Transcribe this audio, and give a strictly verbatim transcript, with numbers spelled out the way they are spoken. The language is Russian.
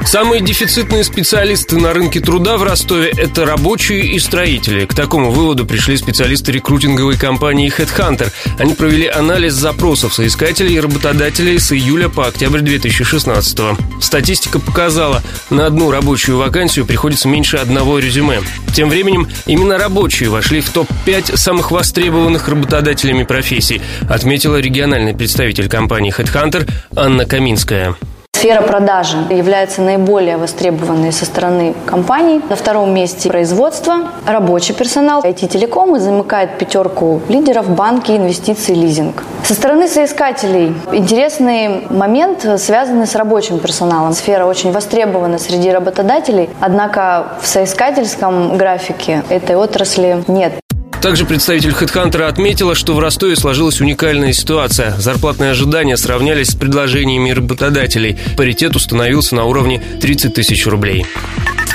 Самые дефицитные специалисты на рынке труда в Ростове – это рабочие и строители. К такому выводу пришли специалисты рекрутинговой компании HeadHunter. Они провели анализ запросов соискателей и работодателей с июля по октябрь две тысячи шестнадцатого. Статистика показала, на одну рабочую вакансию приходится меньше одного резюме. Тем временем именно рабочие вошли в топ пять самых востребованных работодателями профессий, отметила региональный представитель компании HeadHunter Анна Каминская. Сфера продажи является наиболее востребованной со стороны компаний. На втором месте производство, рабочий персонал, ай ти-телеком и замыкает пятерку лидеров банки, инвестиции, лизинг. Со стороны соискателей интересный момент, связанный с рабочим персоналом. Сфера очень востребована среди работодателей, однако в соискательском графике этой отрасли нет. Также представитель HeadHunter отметила, что в Ростове сложилась уникальная ситуация. Зарплатные ожидания сравнялись с предложениями работодателей. Паритет установился на уровне тридцать тысяч рублей.